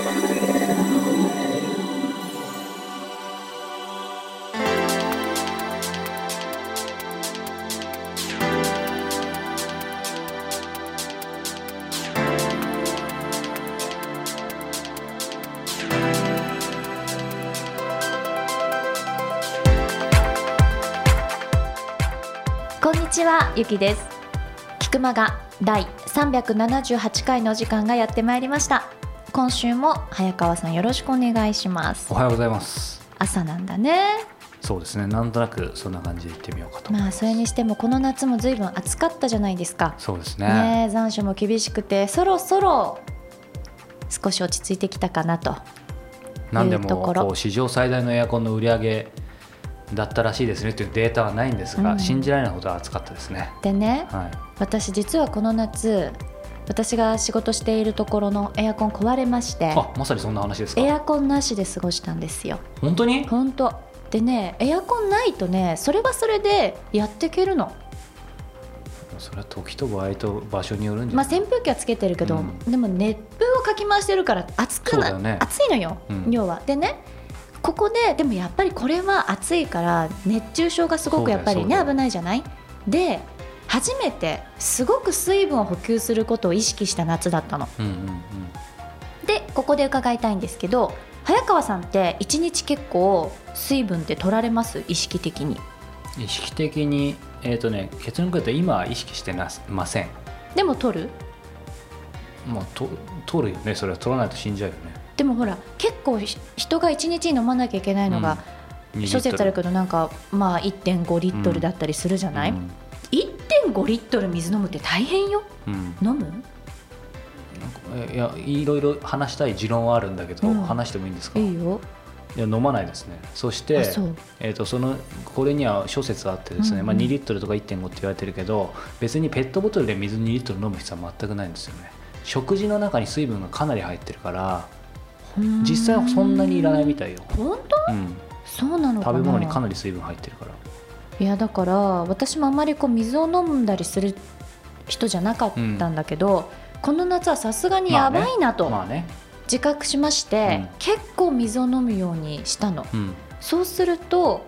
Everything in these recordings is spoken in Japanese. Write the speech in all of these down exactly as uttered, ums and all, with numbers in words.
こんにちは、ゆきです。キクマガだいさんびゃくななじゅうはちかいのお時間がやってまいりました。今週も早川さんよろしくお願いします。 おはようございます。 朝なんだね。 そうですね、なんとなくそんな感じで行ってみようかと思います。 まあそれにしてもこの夏もずいぶん暑かったじゃないですか。 そうですね。 ね、残暑も厳しくてそろそろ少し落ち着いてきたかなというところ。 なんでもこう史上最大のエアコンの売り上げだったらしいですねというデータはないんですが、うん、信じられないほど暑かったですね。 でね、 はい、 私実はこの夏私が仕事しているところのエアコン壊れまして。 あ、まさにそんな話ですか。 エアコンなしで過ごしたんですよ。 本当に？ 本当でね、エアコンないとね、それはそれでやっていけるの。 それは時と場合と場所によるんじゃない？ まあ、扇風機はつけてるけど、うん、でも熱風をかき回してるから暑くない、ね、暑いのよ、うん、要は。でね、ここででもやっぱりこれは暑いから熱中症がすごくやっぱりね危ないじゃない。で初めてすごく水分を補給することを意識した夏だったの、うんうんうん、でここで伺いたいんですけど、早川さんっていちにち結構水分って取られます？意識的に。 意識的に、えーとね、結論から言うと今は意識してなません。でも取る？ まあ、と取るよね。それは取らないと死んじゃうよね。 でもほら結構人がいちにちに飲まなきゃいけないのが、うん、諸説あるけどなんか、まあ、いってんごリットルだったりするじゃない、うん、いってんごリットル水飲むって大変よ、うん、飲む？ いや、いろいろ話したい持論はあるんだけど、うん、話してもいいんですか？ いいよ。 いや、飲まないですね。そして、そえー、とそのこれには諸説あってですね、うんうん、まあ、にリットルとか いってんご って言われてるけど、別にペットボトルで水にリットル飲む必要は全くないんですよね。食事の中に水分がかなり入ってるから実際はそんなにいらないみたいよ。 本当？うん、そうなのかな。 食べ物にかなり水分入ってるから。 いやだから私もあまりこう水を飲んだりする人じゃなかったんだけど、うん、この夏はさすがにやばいなと自覚しまして、まあねまあね、結構水を飲むようにしたの、うん、そうすると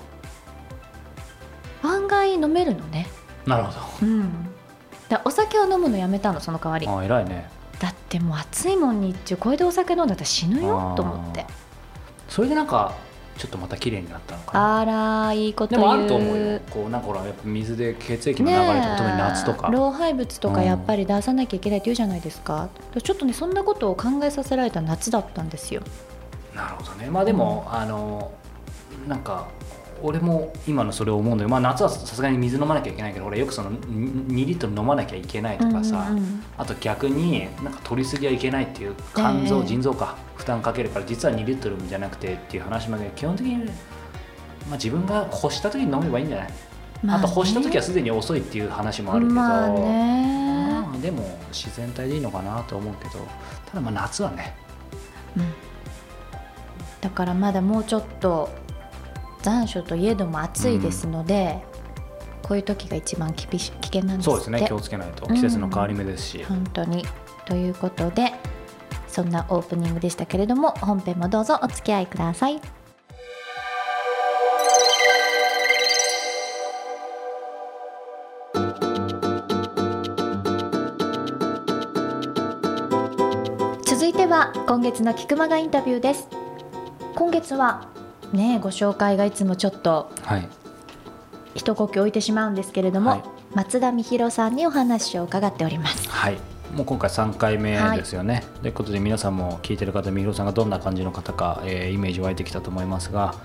案外飲めるのね。 なるほど、うん、 だお酒を飲むのやめたの、その代わり。 あ、偉いね。 だってもう暑いもん日中これでお酒飲んだら死ぬよと思って。 それでなんかちょっとまた綺麗になったのかな。 あら、いいこと言う。 でもあると思うよ。こうなんかほらやっぱ水で血液の流れとか、特に夏とか老廃物とかやっぱり出さなきゃいけないって言うじゃないですか、うん、ちょっとねそんなことを考えさせられた夏だったんですよ。 なるほどね。まあでも、うん、あのなんか俺も今のそれを思うんだけど、まあ、夏はさすがに水飲まなきゃいけないけど、俺よくそのにリットル飲まなきゃいけないとかさ、うんうん、あと逆になんか取りすぎはいけないっていう肝臓、えー、腎臓か負担かけるから実はにリットルじゃなくてっていう話もあるけど、基本的に、まあ、自分が欲した時に飲めばいいんじゃない、まあね、あと欲した時はすでに遅いっていう話もあるけど、 まあね、 まあ、でも自然体でいいのかなと思うけど、ただまあ夏はね、 うん、だからまだもうちょっと残暑といえども暑いですので、うん、こういう時が一番危険なんですって。 そうですね、気をつけないと。季節の変わり目ですし、 うん、本当に。ということでそんなオープニングでしたけれども、本編もどうぞお付き合いください。続いては今月のキクマガインタビューです。今月はね、ご紹介がいつもちょっと一呼吸置いてしまうんですけれども、はい、松田美弘さんにお話を伺っております。 はい、もう今回さんかいめですよね、はい、ということで皆さんも聞いてる方、美弘さんがどんな感じの方か、えー、イメージ湧いてきたと思いますが、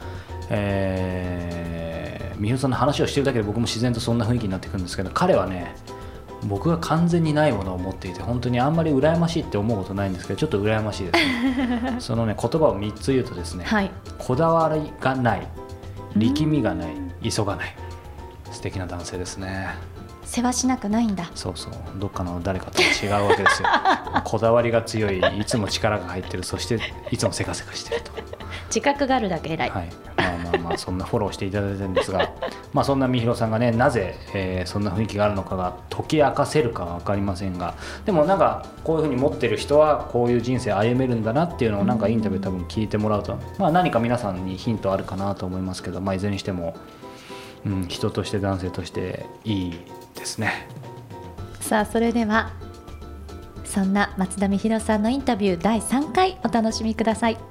えー、美弘さんの話をしてるだけで僕も自然とそんな雰囲気になってくるんですけど、彼はね、僕が完全にないものを持っていて本当にあんまり羨ましいって思うことないんですけど、ちょっと羨ましいですねそのね言葉をみっつ言うとですね、はい、こだわりがない、力みがない、急がない、素敵な男性ですね。 世話しなくないんだ。 そうそう、どっかの誰かと違うわけですよこだわりが強い、いつも力が入ってる、そしていつもせかせかしてると自覚があるだけ偉い、 はい、まあまあままあそんなフォローしていただいてるんですがまあそんなみひろさんがねなぜ、えー、そんな雰囲気があるのかが解き明かせるかは分かりませんが、でもなんかこういうふうに持ってる人はこういう人生歩めるんだなっていうのをなんかインタビュー多分聞いてもらうと、まあ、何か皆さんにヒントあるかなと思いますけど、まあ、いずれにしても、うん、人として男性としていいですね。 さあそれではそんな松田美弘さんのインタビューだいさんかいお楽しみください。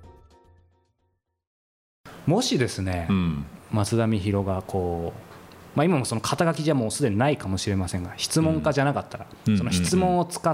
もしですね、うん、松田美弘がこう、まあ、今もその肩書きじゃもうすでにないかもしれませんが質問家じゃなかったら、うん、その質問を使った、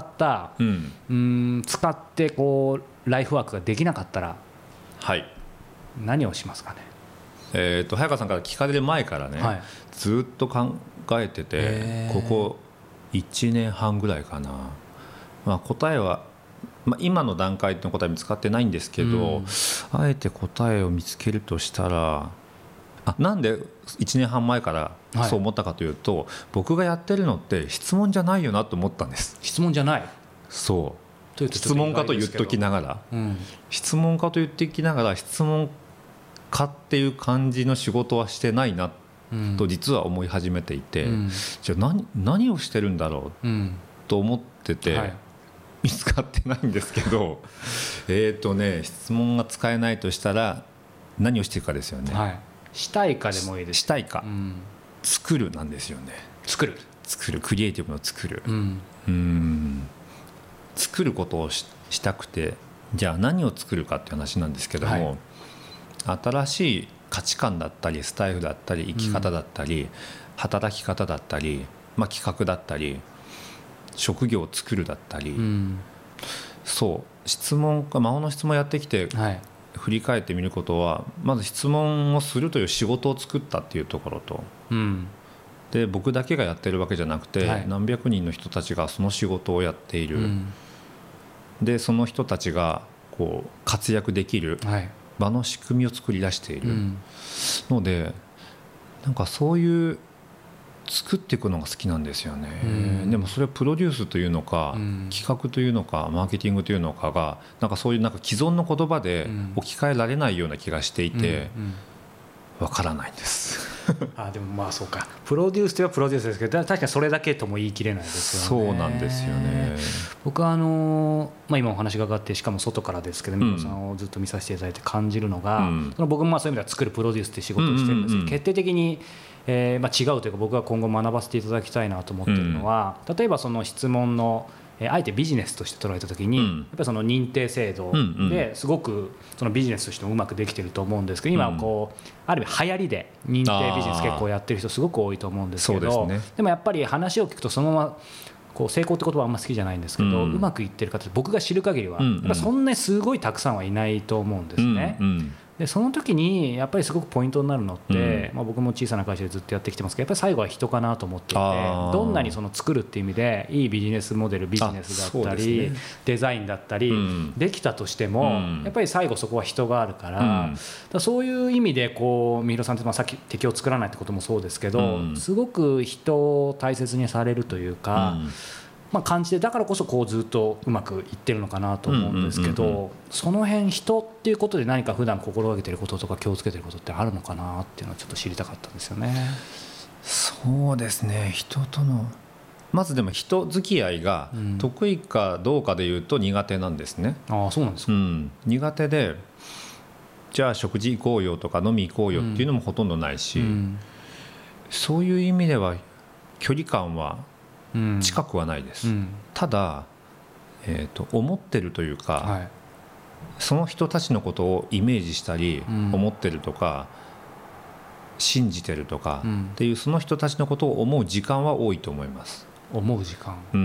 うん、うーん使ってこうライフワークができなかったら、はい、何をしますかね。 えーと、早川さんから聞かれる前からね、はい、ずっと考えてて、ここいちねんはんぐらいかな、まあ、答えは、まあ、今の段階の答え見つかってないんですけど、うん、あえて答えを見つけるとしたら、あなんでいちねんはん前からそう思ったかというと、はい、僕がやってるのって質問じゃないよなと思ったんです。 質問じゃない。 そう質問家と言っときながら、うん、質問家と言ってきながら質問家っていう感じの仕事はしてないなと実は思い始めていて、うん、じゃあ 何, 何をしてるんだろうと思ってて、はい、見つかってないんですけどえーとね質問が使えないとしたら何をしていくかですよね、はい、 したいかでもいいです。 したいか、うん、作るなんですよね。 作る作るクリエイティブの作る、うん、うーん作ることを し, したくてじゃあ何を作るかっていう話なんですけども、はい、新しい価値観だったりスタイルだったり生き方だったり、うん、働き方だったり、まあ、企画だったり職業を作るだったり、うん、そう質問か魔王の質問やってきて、はい、振り返ってみることはまず質問をするという仕事を作ったっていうところと、うん、で僕だけがやってるわけじゃなくて、はい、何百人の人たちがその仕事をやっている、うん、でその人たちがこう活躍できる場の仕組みを作り出している、うん、のでなんかそういう作っていくのが好きなんですよね、うん、でもそれはプロデュースというのか、うん、企画というのかマーケティングというのかがなんかそういうなんか既存の言葉で置き換えられないような気がしていて、うんうんわからないんですあでもまあそうかプロデュースというのはプロデュースですけど確かにそれだけとも言い切れないですよね。 そうなんですよね。 僕はあの、まあ、今お話が上がってしかも外からですけど美穂さんをずっと見させていただいて感じるのが、うん、その僕もまあそういう意味では作るプロデュースって仕事をしてるんですけど、うんうんうん、決定的に、えーまあ、違うというか僕が今後学ばせていただきたいなと思っているのは、うん、例えばその質問のあえてビジネスとして捉えたときに、うん、やっぱりその認定制度ですごくそのビジネスとしてもうまくできていると思うんですけど、今こうある意味流行りで認定ビジネス結構やってる人すごく多いと思うんですけど、そうですね、でもやっぱり話を聞くとそのままこう成功って言葉はあんま好きじゃないんですけど、うん、うまくいってる方って僕が知る限りはやっぱそんなにすごいたくさんはいないと思うんですね、うんうんでその時にやっぱりすごくポイントになるのって、うんまあ、僕も小さな会社でずっとやってきてますけどやっぱり最後は人かなと思っていてどんなにその作るっていう意味でいいビジネスモデルビジネスだったり、ね、デザインだったり、うん、できたとしても、うん、やっぱり最後そこは人があるから、うん、だからそういう意味でこう三浦さんってまあさっき敵を作らないってこともそうですけど、うん、すごく人を大切にされるというか、うんまあ、感じでだからこそこうずっとうまくいってるのかなと思うんですけど、うんうんうんうん、その辺人っていうことで何か普段心がけてることとか気をつけてることってあるのかなっていうのをちょっと知りたかったんですよね。 そうですね人とのまずでも人付き合いが得意かどうかでいうと苦手なんですね、 うん、ああそうなんですか、 うん、苦手でじゃあ食事行こうよとか飲み行こうよっていうのもほとんどないし、うん、そういう意味では距離感は近くはないです、うん、ただ、えーと、思ってるというか、はい、その人たちのことをイメージしたり、うん、思ってるとか信じてるとか、うん、っていうその人たちのことを思う時間は多いと思います。 思う時間、 うん、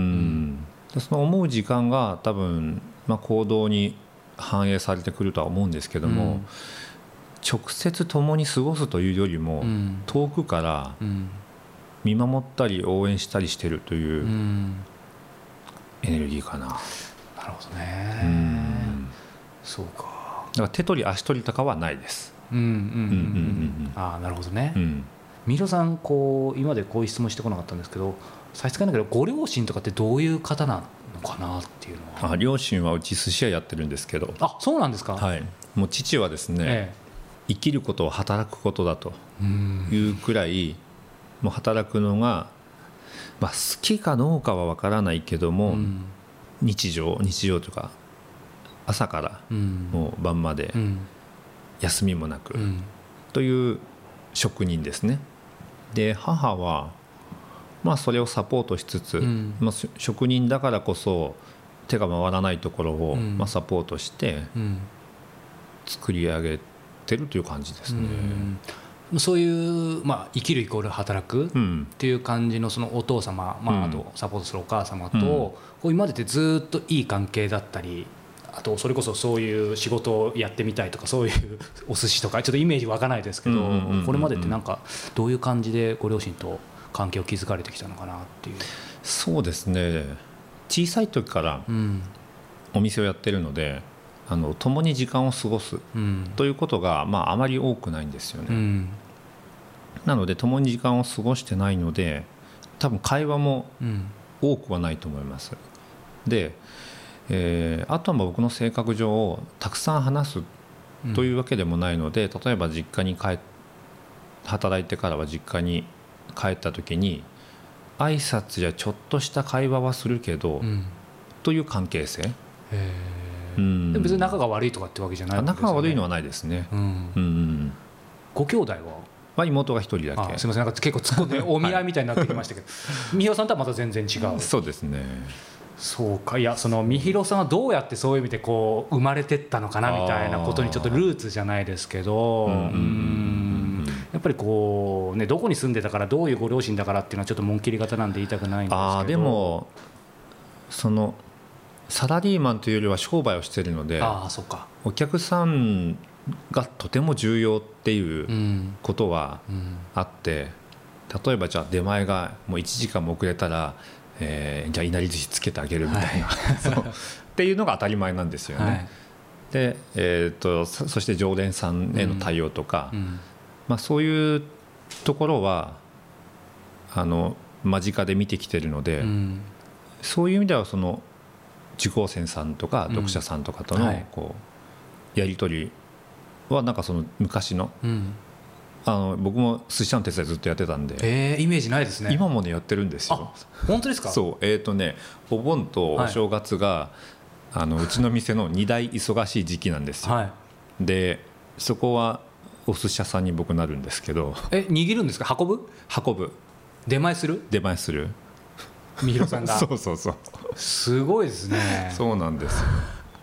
でその思う時間が多分、まあ、行動に反映されてくるとは思うんですけども、うん、直接共に過ごすというよりも、うん、遠くから見守ったり応援したりしてるというエネルギーかな、うん、なるほどね、うん、そうか。 だから手取り足取りとかはないです。 ああなるほどね、うん、三浦さんこう今までこういう質問してこなかったんですけど差し支えないけどご両親とかってどういう方なのかなっていうのは。 あ両親はうち寿司屋やってるんですけど。 あそうなんですか。 はい、もう父はですね、ええ生きることを働くことだというくらい、もう働くのが、まあ、好きかどうかは分からないけども、うん、日常日常というか朝からもう晩まで休みもなくという職人ですね。で母はまあそれをサポートしつつ、うんまあ、職人だからこそ手が回らないところをまあサポートして作り上げてるという感じですね。 うん、そういう、まあ、生きるイコール働くっていう感じのそのお父様、まあ、あとサポートするお母様と、うん、こう今までってずっといい関係だったり、あとそれこそそういう仕事をやってみたいとか、そういうお寿司とかちょっとイメージ湧かないですけど、これまでってなんかどういう感じでご両親と関係を築かれてきたのかなっていう。 そうですね、小さい時からお店をやってるので、あの共に時間を過ごすということが、まあ、あまり多くないんですよね、うん、なので共に時間を過ごしてないので、多分会話も多くはないと思います。で、えー、あとは僕の性格上たくさん話すというわけでもないので、例えば実家に帰働いてからは実家に帰った時に挨拶やちょっとした会話はするけど、うん、という関係性。 へうん、別に仲が悪いとかってわけじゃないんですよね。 仲が悪いのはないですね、うんうん、 ご兄弟は、 まあ、妹が一人だけ。 あ、すみません、なんか結構突っ込んでお見合いみたいになってきましたけど、はい、美弘さんとはまた全然違う。 そうですね。 そうか。いや、その美弘さんはどうやってそういう意味でこう生まれてったのかなみたいなことにちょっとルーツじゃないですけど、うんうん、やっぱりこう、ね、どこに住んでたからどういうご両親だからっていうのはちょっと紋切り型なんで言いたくないんですけど。 あ、でもそのサラリーマンというよりは商売をしているので、 ああ、そうか、 お客さんがとても重要っていうことはあって、うんうん、例えばじゃあ出前がもういちじかんも遅れたら、えー、じゃあいなり寿司つけてあげるみたいな、はい、そうっていうのが当たり前なんですよね、はい、で、えー、と そ, そして常連さんへの対応とか、うんうんまあ、そういうところはあの間近で見てきてるので、うん、そういう意味ではその受講生さんとか読者さんとかとのこうやり取りはなんかその昔の、うん、あの僕も寿司屋の手伝いずっとやってたんで、 えー、イメージないですね。 今もねやってるんですよ。 あ、本当ですか。 そう、えーとね、お盆とお正月が、はい、あのうちの店のに大忙しい時期なんですよ、はい、でそこはお寿司屋さんに僕なるんですけど。 え、握るんですか。運ぶ運ぶ出前する出前する美弘さんがそうそうそう、 すごいですね。 そうなんですよ。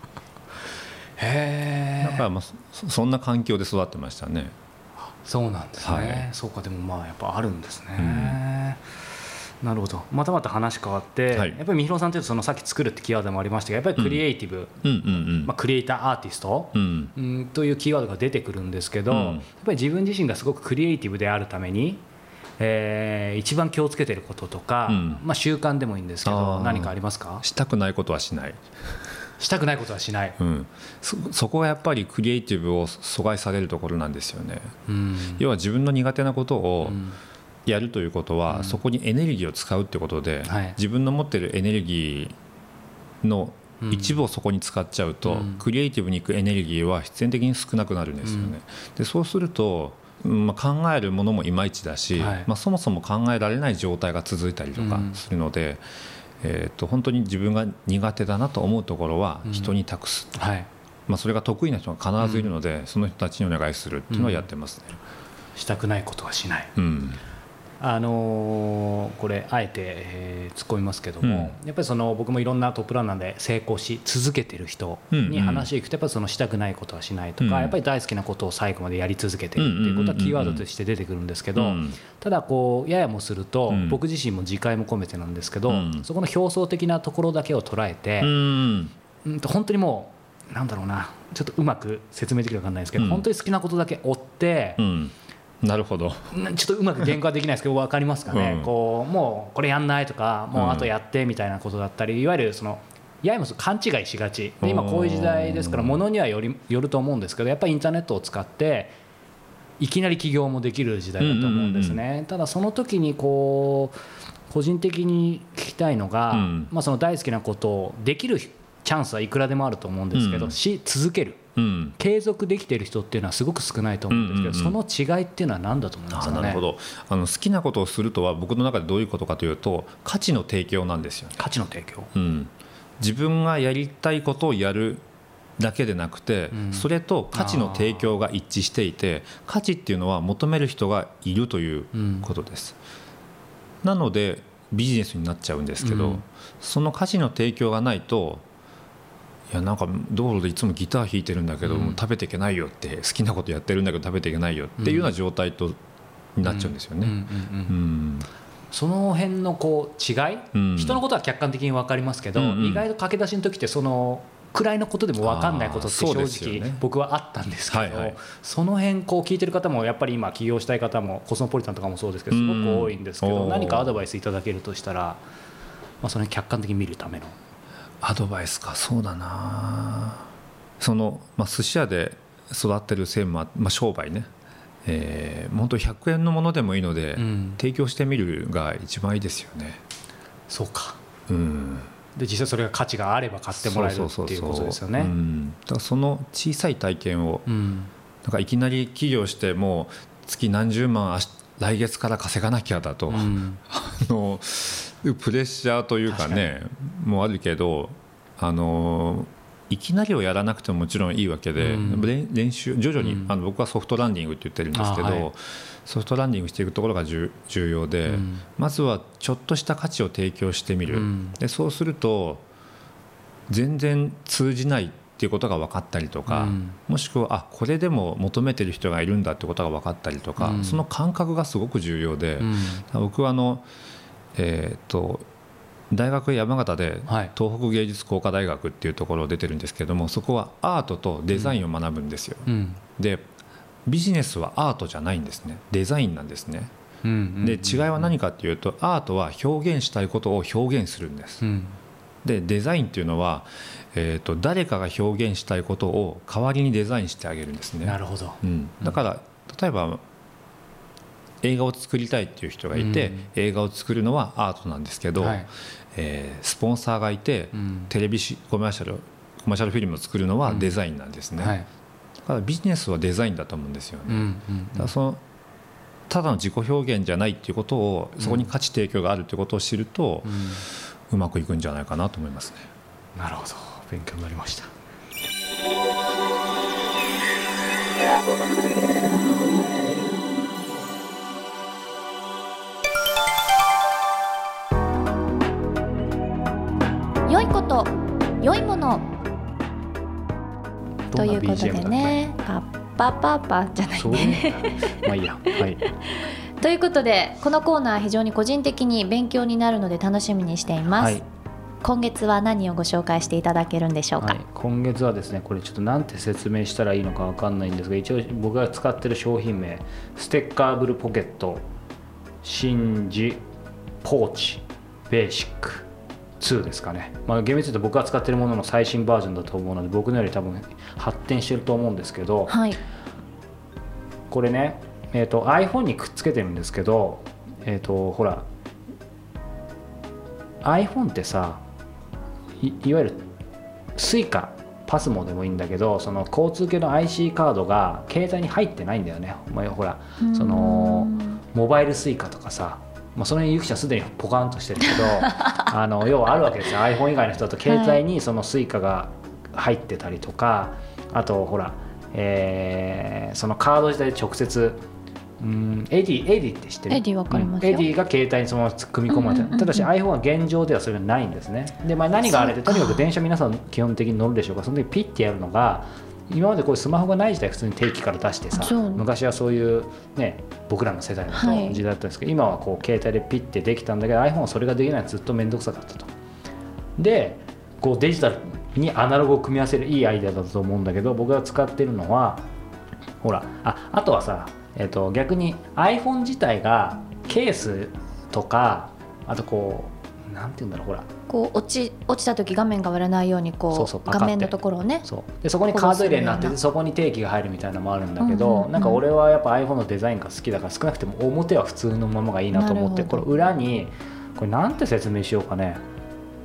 へえ。 だからまあ そ, そんな環境で育ってましたね。 そうなんですね、はい、そうか。でもまあやっぱあるんですね、うん、なるほど。またまた話変わって、はい、やっぱり美弘さんというとそのさっき作るってキーワードもありましたが、やっぱりクリエイティブ、うんうんうんまあ、クリエイターアーティスト、うんうん、というキーワードが出てくるんですけど、うん、やっぱり自分自身がすごくクリエイティブであるためにえー、一番気をつけてることとか、うんまあ、習慣でもいいんですけど何かありますか。 したくないことはしないしたくないことはしない、 うん、そ, そこがやっぱりクリエイティブを阻害されるところなんですよね、うん、要は自分の苦手なことをやるということは、うん、そこにエネルギーを使うってことで、はい、自分の持っているエネルギーの一部をそこに使っちゃうと、うん、クリエイティブに行くエネルギーは必然的に少なくなるんですよね、うん、でそうするとまあ、考えるものもいまいちだし、はいまあ、そもそも考えられない状態が続いたりとかするので、うんえー、と本当に自分が苦手だなと思うところは人に託す、うんはいまあ、それが得意な人が必ずいるので、うん、その人たちにお願いするっていうのはやってますね、 うん、したくないことはしない、 うんあのー、これあえて、えー、突っ込みますけども、うん、やっぱりその僕もいろんなトップランナーで成功し続けてる人に話を聞くと、やっぱりそのしたくないことはしないとか、うん、やっぱり大好きなことを最後までやり続けてるっていうことはキーワードとして出てくるんですけど、うん、ただこうややもすると、うん、僕自身も自戒も込めてなんですけど、うん、そこの表層的なところだけを捉えて、うん、うんと本当にもうなんだろうな、ちょっとうまく説明できるか分かんないですけど、うん、本当に好きなことだけ追って、うんなるほど。 ちょっとうまく言語はできないですけど分かりますかね、うん、こうもうこれやんないとかもうあとやってみたいなことだったり、いわゆるそのややも勘違いしがちで、今こういう時代ですから物にはよりよると思うんですけど、やっぱりインターネットを使っていきなり起業もできる時代だと思うんですね、うんうんうん、ただその時にこう個人的に聞きたいのが、うんまあ、その大好きなことをできるチャンスはいくらでもあると思うんですけど、うん、し続ける、うん、継続できている人っていうのはすごく少ないと思うんですけど、うんうんうん、その違いっていうのは何だと思いますかね。 あ、なるほど。あの好きなことをするとは僕の中でどういうことかというと、価値の提供なんですよね。 価値の提供、 うん、自分がやりたいことをやるだけでなくて、うん、それと価値の提供が一致していて、価値っていうのは求める人がいるということです、うん、なのでビジネスになっちゃうんですけど、うん、その価値の提供がないと、いやなんか道路でいつもギター弾いてるんだけど、うん、もう食べていけないよって、好きなことやってるんだけど食べていけないよっていうような状態とになっちゃうんですよね。 その辺のこう違い、うん、人のことは客観的に分かりますけど、うんうん、意外と駆け出しの時ってそのくらいのことでも分かんないことって正直僕はあったんですけど、はいはい、その辺こう聞いてる方もやっぱり今起業したい方もコスモポリタンとかもそうですけどすごく多いんですけど、何かアドバイスいただけるとしたら、まあ、その客観的に見るためのアドバイスか。そうだな、その、まあ、寿司屋で育ってる専務は、まあ、商売ね、えー、本当ひゃくえんのものでもいいので、うん、提供してみるが一番いいですよね。 そうか、 うん、 で実際それが価値があれば買ってもらえるっていうことですよね。 だからその小さい体験を、うん、なんかいきなり起業してもう月何十万来月から稼がなきゃだと、うん、あのプレッシャーというかねもうあるけど、あのいきなりをやらなくてももちろんいいわけで、うん、練習徐々に、うん、あの僕はソフトランディングって言ってるんですけど、はい、ソフトランディングしていくところが重要で、うん、まずはちょっとした価値を提供してみる、うん、でそうすると全然通じないっていうことが分かったりとか、うん、もしくはあこれでも求めてる人がいるんだってことが分かったりとか、うん、その感覚がすごく重要で、うん、僕はあの、えー、っと大学山形で東北芸術工科大学っていうところを出てるんですけども、そこはアートとデザインを学ぶんですよ、うん、でビジネスはアートじゃないんですね、デザインなんですね、うんうんうんうん、で違いは何かっていうと、アートは表現したいことを表現するんです、うん、でデザインっていうのは、えー、と誰かが表現したいことを代わりにデザインしてあげるんですね。 なるほど、 うん、だから例えば映画を作りたいっていう人がいて、うん、映画を作るのはアートなんですけど、はい、えー、スポンサーがいて、うん、テレビコマーシャルコマーシャルフィルムを作るのはデザインなんですね、うん、はい、だからビジネスはデザインだと思うんですよね、うんうんうん、だからそのただの自己表現じゃないっていうことを、そこに価値提供があるということを知ると、うん、うまくいくんじゃないかなと思いますね。 なるほど、勉強になりました。 良いこと良いものということでね、パッパパパじゃないねまあいいや、はい、 ということでこのコーナー非常に個人的に勉強になるので楽しみにしています、はい、今月は何をご紹介していただけるんでしょうか。はい、 今月はですね、これちょっとなんて説明したらいいのか分かんないんですが、一応僕が使ってる商品名、ステッカーブルポケットシンジポーチベーシックツーですかね。まあ、厳密に言うと僕が使っているものの最新バージョンだと思うので、僕のより多分発展してると思うんですけど、はい、これね、えーと、iPhone にくっつけてるんですけど、えーと、ほら iPhone ってさ、 い, いわゆる Suica パスモでもいいんだけど、その交通系の アイシー カードが携帯に入ってないんだよね。お前ほらそのモバイル Suica とかさ、まあ、その辺ゆきちゃんすでにポカンとしてるけどあの要はあるわけですよ。 iPhone 以外の人だと携帯にその Suica が入ってたりとか、あとほら、えー、そのカード自体で直接、うん、エディエディって知ってる？ エディわかりますよ。 エディが携帯にそのまま組み込まれて、うんうんうん、ただし iPhone は現状ではそれがないんですね。で、まあ、何があれでとにかく電車皆さん基本的に乗るでしょうか。その時ピッてやるのが、今までこういうスマホがない時代普通に定期から出してさ、昔はそういうね僕らの世代の時代だったんですけど、はい、今はこう携帯でピッてできたんだけど iPhone はそれができないのずっと面倒くさかったと。でこうデジタルにアナログを組み合わせるいいアイデアだと思うんだけど、僕が使ってるのはほら あ, あとはさ、えー、と逆に iPhone 自体がケースとか、あとこうなんていうんだろう、ほらこう落ち落ちた時画面が割れないようにこう、そうそう画面のところをね、 そうでそこにカード入れになってて、そこに定期が入るみたいなのもあるんだけど、うんうんうん、なんか俺はやっぱ iPhone のデザインが好きだから、少なくても表は普通のままがいいなと思って、これ裏にこれなんて説明しようかね、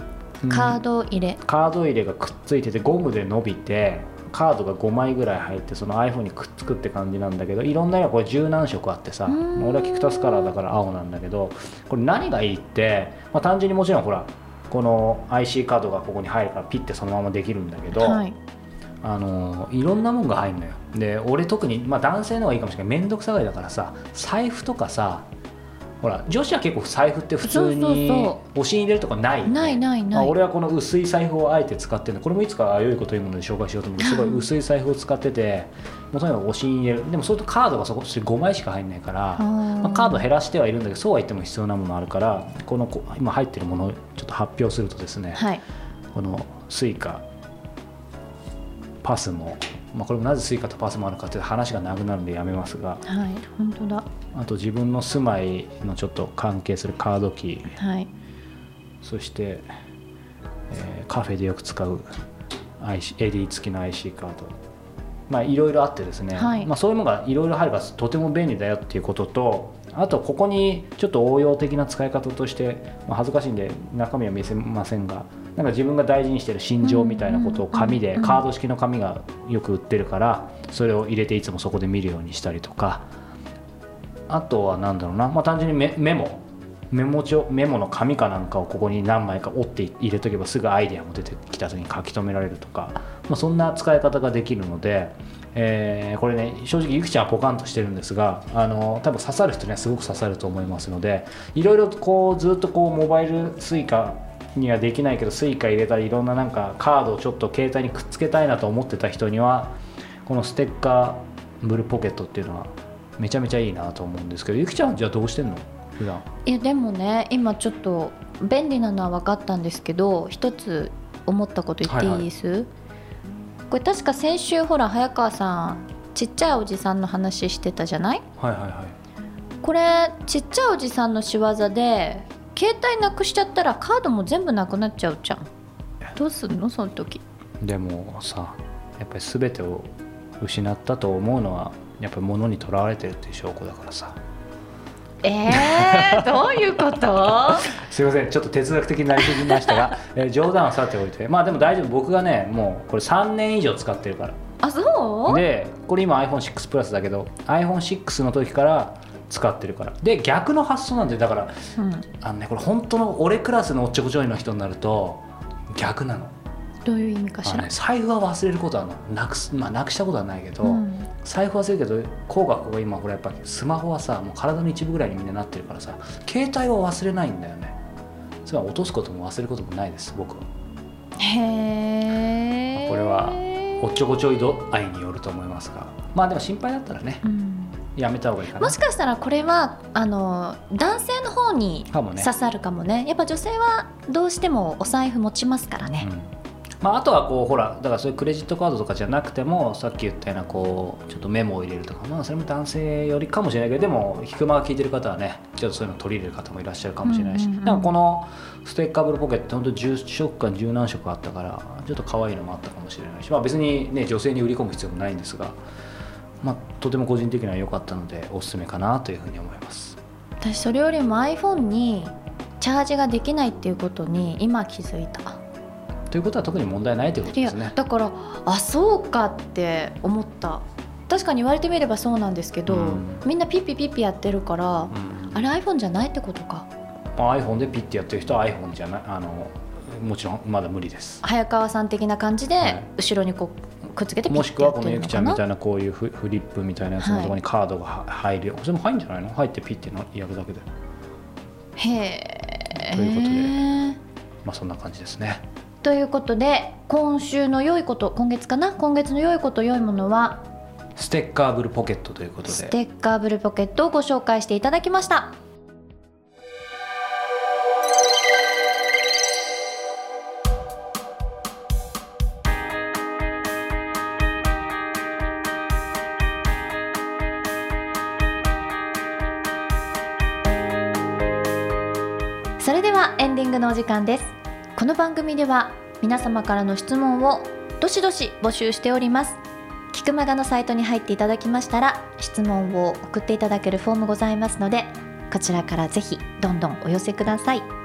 カード入れ、 カード入れがくっついててゴムで伸びてカードがごまいぐらい入ってその iPhone にくっつくって感じなんだけど、いろんな色これ十何色あってさ、俺はキクタスカラーだから青なんだけど、これ何がいいって、まあ、単純にもちろんほらこの アイシー カードがここに入るからピッてそのままできるんだけど、はい、あのいろんなもんが入るのよ。で俺特に、まあ、男性の方がいいかもしれない、めんどくさがりだからさ、財布とかさ、ほら女子は結構財布って普通にお尻に入れるとかないよね。 ないないない、 まあ、俺はこの薄い財布をあえて使ってるの、これもいつか良いこといいもので紹介しようと思ってすごい薄い財布を使っててもうとにかくお尻に入れる。でもそれとカードがそこごまいしか入んないから、まあ、カード減らしてはいるんだけどそうは言っても必要なものあるから、この今入ってるものをちょっと発表するとですね、はい、このスイカパスモ、まあ、これもなぜスイカとパスモあるかっていう話が長くなるんでやめますが、 はい、本当だ。 あと自分の住まいのちょっと関係するカードキー、はい、そして、えー、カフェでよく使う アイシー エーディー 付きの アイシー カード、まあいろいろあってですね、はい、まあ、そういうのがいろいろ入るからとても便利だよっていうことと、あとここにちょっと応用的な使い方として、まあ、恥ずかしいんで中身は見せませんが、なんか自分が大事にしてる心情みたいなことを紙で、カード式の紙がよく売ってるからそれを入れていつもそこで見るようにしたりとか、あとはなんだろうな、まあ、単純に メ, メモメモ帳メモの紙かなんかをここに何枚か折って入れとけばすぐアイデアも出てきた時に書き留められるとか、まあ、そんな使い方ができるので、えー、これね正直ゆきちゃんはポカンとしてるんですが、あの多分刺さる人にはすごく刺さると思いますので、いろいろこうずっとこうモバイルスイカにはできないけどスイカ入れたりいろんななんかカードをちょっと携帯にくっつけたいなと思ってた人にはこのステッカーブルーポケットっていうのはめちゃめちゃいいなと思うんですけど、ゆきちゃんじゃあどうしてんの普段？ いやでもね今ちょっと便利なのは分かったんですけど、一つ思ったこと言っていいです、はいはい、これ確か先週ほら早川さんちっちゃいおじさんの話してたじゃない？ はいはいはい。 これちっちゃいおじさんの仕業で携帯なくしちゃったらカードも全部なくなっちゃうじゃん。どうすんのその時？ でもさやっぱり全てを失ったと思うのはやっぱり物にとらわれてるっていう証拠だからさ。 えー、どういうことすいませんちょっと哲学的になりすぎましたが、えー、冗談はさておいて、まあでも大丈夫、僕がねもうこれさんねん以上使ってるから。 あ、そうでこれ今 アイフォンシックス プラスだけど アイフォンシックス の時から使ってるから。で逆の発想なんでだから、うん、あのねこれ本当の俺クラスのおっちょこちょいの人になると逆なの。 どういう意味かしら。 ね、財布は忘れることはなくす、まあ、なくしたことはないけど、うん、財布忘れるけど口角が今これやっぱりスマホはさもう体の一部ぐらいにみんななってるからさ携帯は忘れないんだよね。それは落とすことも忘れることもないです僕は。 へー、 これはおっちょこちょい度合いによると思いますが、まあでも心配だったらね、うん、やめた方がいいかな。 もしかしたらこれはあの男性の方に刺さるかもね。やっぱ女性はどうしてもお財布持ちますからね、うん、 まあ、あとはこうほらだからそういうクレジットカードとかじゃなくてもさっき言ったようなこうちょっとメモを入れるとか、まあ、それも男性よりかもしれないけどでもヒグマが聞いてる方はねちょっとそういうのを取り入れる方もいらっしゃるかもしれないし、うんうんうん、なんかこのステッカーブルポケット本当じゅっしょくかじゅう何色あったからちょっと可愛いのもあったかもしれないし、まあ、別にね女性に売り込む必要もないんですが、まあ、とても個人的には良かったのでおすすめかなというふうに思います。 私それよりも iPhone にチャージができないっていうことに今気づいた。 ということは特に問題ないということですね。 いやだからあそうかって思った。確かに言われてみればそうなんですけど、うん、みんなピッピピッピやってるから、うん、あれ iPhone じゃないってことか。 まあ、iPhone でピッてやってる人は iPhone じゃないあのもちろんまだ無理です。 早川さん的な感じで、はい、後ろにこうくっつけてピッてやってるのかな。もしくはこのゆきちゃんみたいなこういう フ, フリップみたいなやつのところにカードが入るよ、はい、それも入るんじゃないの？入ってピッてやるだけで。 へー。 ということで、まあ、そんな感じですね。 ということで今週の良いこと今月かな今月の良いこと良いものはステッカーブルポケットということでステッカーブルポケットをご紹介していただきました。それではエンディングのお時間です。この番組では皆様からの質問をどしどし募集しております。キクマガのサイトに入っていただきましたら質問を送っていただけるフォームございますのでこちらからぜひどんどんお寄せください。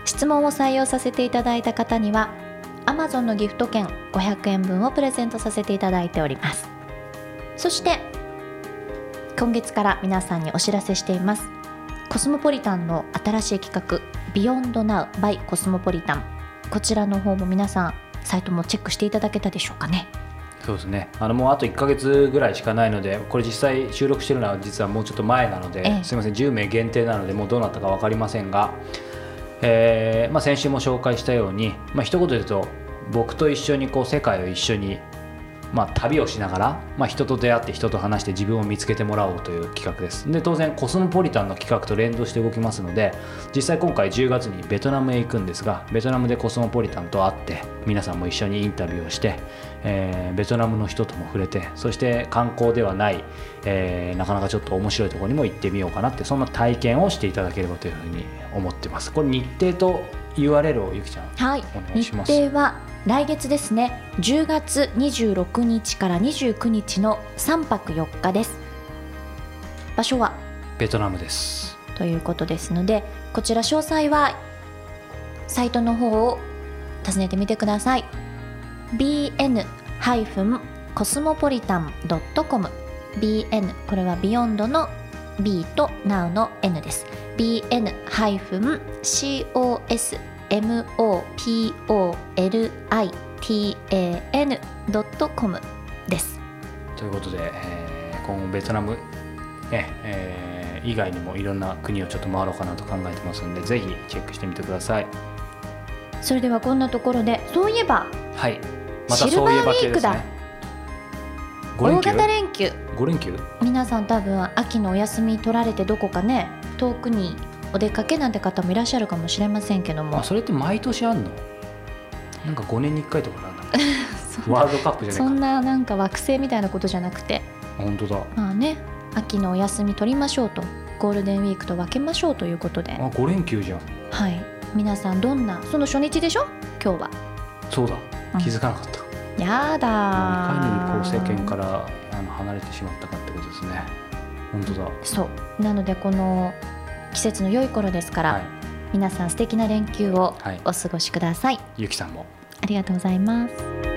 質問を採用させていただいた方には Amazon のギフト券ごひゃくえんぶんをプレゼントさせていただいております。そして今月から皆さんにお知らせしています。コスモポリタンの新しい企画 Beyond Now by コスモポリタン、こちらの方も皆さんサイトもチェックしていただけたでしょうかね。 そうですね、あのもうあといっかげつぐらいしかないので、これ実際収録してるのは実はもうちょっと前なので、ええ、すみませんじゅうめい限定なのでもうどうなったか分かりませんが、えーまあ、先週も紹介したように、まあ一言で言うと僕と一緒にこう世界を一緒にまあ、旅をしながら、まあ、人と出会って人と話して自分を見つけてもらおうという企画です。で当然コスモポリタンの企画と連動して動きますので、実際今回じゅうがつにベトナムへ行くんですが、ベトナムでコスモポリタンと会って皆さんも一緒にインタビューをして、えー、ベトナムの人とも触れて、そして観光ではない、えー、なかなかちょっと面白いところにも行ってみようかなって、そんな体験をしていただければというふうに思ってます。これ日程と ユーアールエル をゆきちゃん、 はい、 お願いします。 日程は来月ですね、じゅうがつにじゅうろくにちからにじゅうくにちのさんぱくよっかです。場所はベトナムですということですので、こちら詳細はサイトの方を訪ねてみてください。 ビーエヌ コスモポリタン ドットコム ビーエヌ これはビヨンドの B と Now の N です。 ビーエヌ コスモポリタン ドットコム です。 ということで、えー、今後ベトナム、ねえー、以外にもいろんな国をちょっと回ろうかなと考えてますので、ぜひチェックしてみてください。 それではこんなところで、そういえば、 はい、またそういえば系ですね。 大型連休、 ご連休、 皆さん多分秋のお休み取られてどこかね遠くにお出かけなんて方もいらっしゃるかもしれませんけども、 あ、それって毎年あんの？なんかごねんにいっかいとかなんだワールドカップじゃないか。 そんななんか惑星みたいなことじゃなくて、 本当だ。 まあね、秋のお休み取りましょうと、ゴールデンウィークと分けましょうということで、 あ、ご連休じゃん。 はい、皆さんどんな、その初日でしょ今日は。 そうだ、気づかなかった、 うん、やだいかにこう世間からあの離れてしまったかってことですね。本当だ。 そうなので、この季節の良い頃ですから、はい、皆さん素敵な連休をお過ごしください。 ゆきさんもありがとうございます。